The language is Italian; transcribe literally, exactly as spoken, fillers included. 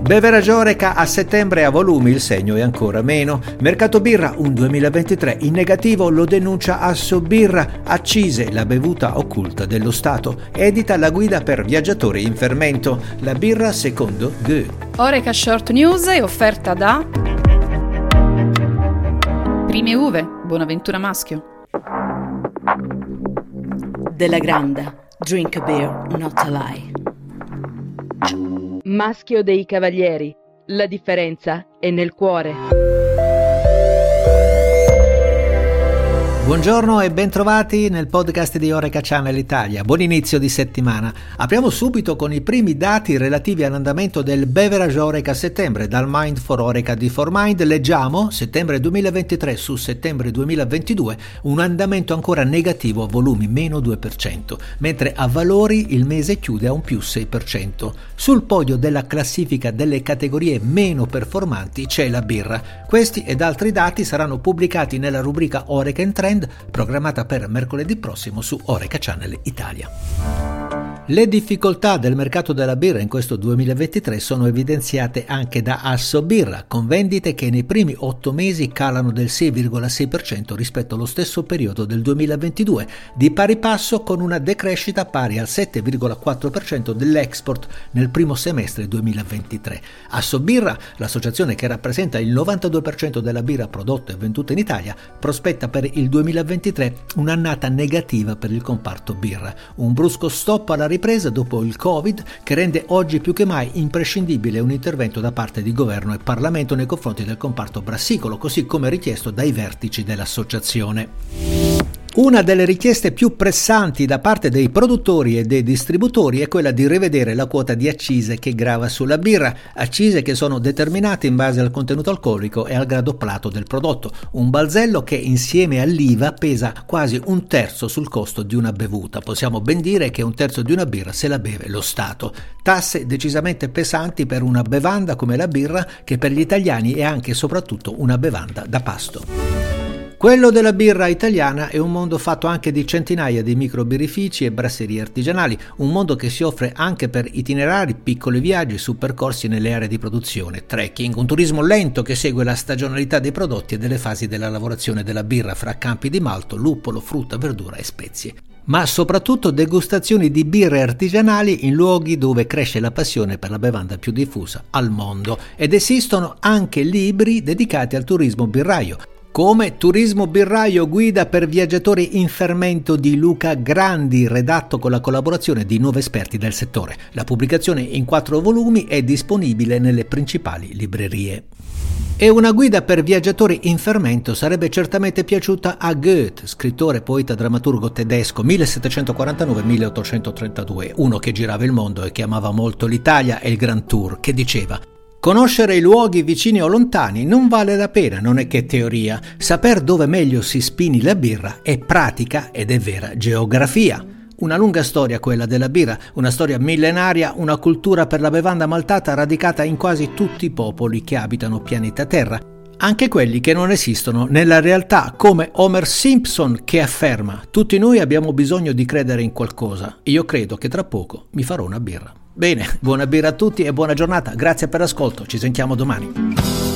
Beverage Horeca a settembre a volumi, il segno è ancora meno. Mercato birra, un duemilaventitré in negativo, lo denuncia Assobirra. Accise, la bevuta occulta dello Stato. Edita la guida per viaggiatori in fermento. La birra secondo Goethe. Horeca Short News è offerta da Prime Uve, Buonaventura Maschio. Della Granda, drink a beer, not a lie. Maschio dei Cavalieri, la differenza è nel cuore. Buongiorno e bentrovati nel podcast di Horeca Channel Italia. Buon inizio di settimana. Apriamo subito con i primi dati relativi all'andamento del Beverage Horeca a settembre. Dal Mind for Horeca di For Mind leggiamo settembre duemilaventitré su settembre duemilaventidue un andamento ancora negativo a volumi meno due per cento, mentre a valori il mese chiude a un più sei per cento. Sul podio della classifica delle categorie meno performanti c'è la birra. Questi ed altri dati saranno pubblicati nella rubrica Horeca in Trend, programmata per mercoledì prossimo su Horeca Channel Italia. Le difficoltà del mercato della birra in questo duemilaventitré sono evidenziate anche da Assobirra, con vendite che nei primi otto mesi calano del sei virgola sei per cento rispetto allo stesso periodo del duemilaventidue, di pari passo con una decrescita pari al sette virgola quattro per cento dell'export nel primo semestre duemilaventitré. Assobirra, l'associazione che rappresenta il novantadue per cento della birra prodotta e venduta in Italia, prospetta per il duemilaventitré un'annata negativa per il comparto birra, un brusco stop alla ripresa ripresa dopo il Covid, che rende oggi più che mai imprescindibile un intervento da parte di governo e Parlamento nei confronti del comparto brassicolo, così come richiesto dai vertici dell'associazione. Una delle richieste più pressanti da parte dei produttori e dei distributori è quella di rivedere la quota di accise che grava sulla birra, accise che sono determinate in base al contenuto alcolico e al grado plato del prodotto, un balzello che insieme all'I V A pesa quasi un terzo sul costo di una bevuta. Possiamo ben dire che un terzo di una birra se la beve lo Stato. Tasse decisamente pesanti per una bevanda come la birra, che per gli italiani è anche e soprattutto una bevanda da pasto. Quello della birra italiana è un mondo fatto anche di centinaia di microbirrifici e brasserie artigianali, un mondo che si offre anche per itinerari, piccoli viaggi su percorsi nelle aree di produzione, trekking, un turismo lento che segue la stagionalità dei prodotti e delle fasi della lavorazione della birra fra campi di malto, luppolo, frutta, verdura e spezie. Ma soprattutto degustazioni di birre artigianali in luoghi dove cresce la passione per la bevanda più diffusa al mondo, ed esistono anche libri dedicati al turismo birraio, come Turismo Birraio, guida per viaggiatori in fermento di Luca Grandi, redatto con la collaborazione di nove esperti del settore. La pubblicazione in quattro volumi è disponibile nelle principali librerie. E una guida per viaggiatori in fermento sarebbe certamente piaciuta a Goethe, scrittore, poeta, drammaturgo tedesco millesettecentoquarantanove milleottocentotrentadue, uno che girava il mondo e che amava molto l'Italia e il Grand Tour, che diceva: conoscere i luoghi vicini o lontani non vale la pena, non è che teoria. Saper dove meglio si spini la birra è pratica ed è vera geografia. Una lunga storia quella della birra, una storia millenaria, una cultura per la bevanda maltata radicata in quasi tutti i popoli che abitano pianeta Terra, anche quelli che non esistono nella realtà, come Homer Simpson che afferma: tutti noi abbiamo bisogno di credere in qualcosa. Io credo che tra poco mi farò una birra. Bene, buona birra a tutti e buona giornata, grazie per l'ascolto, ci sentiamo domani.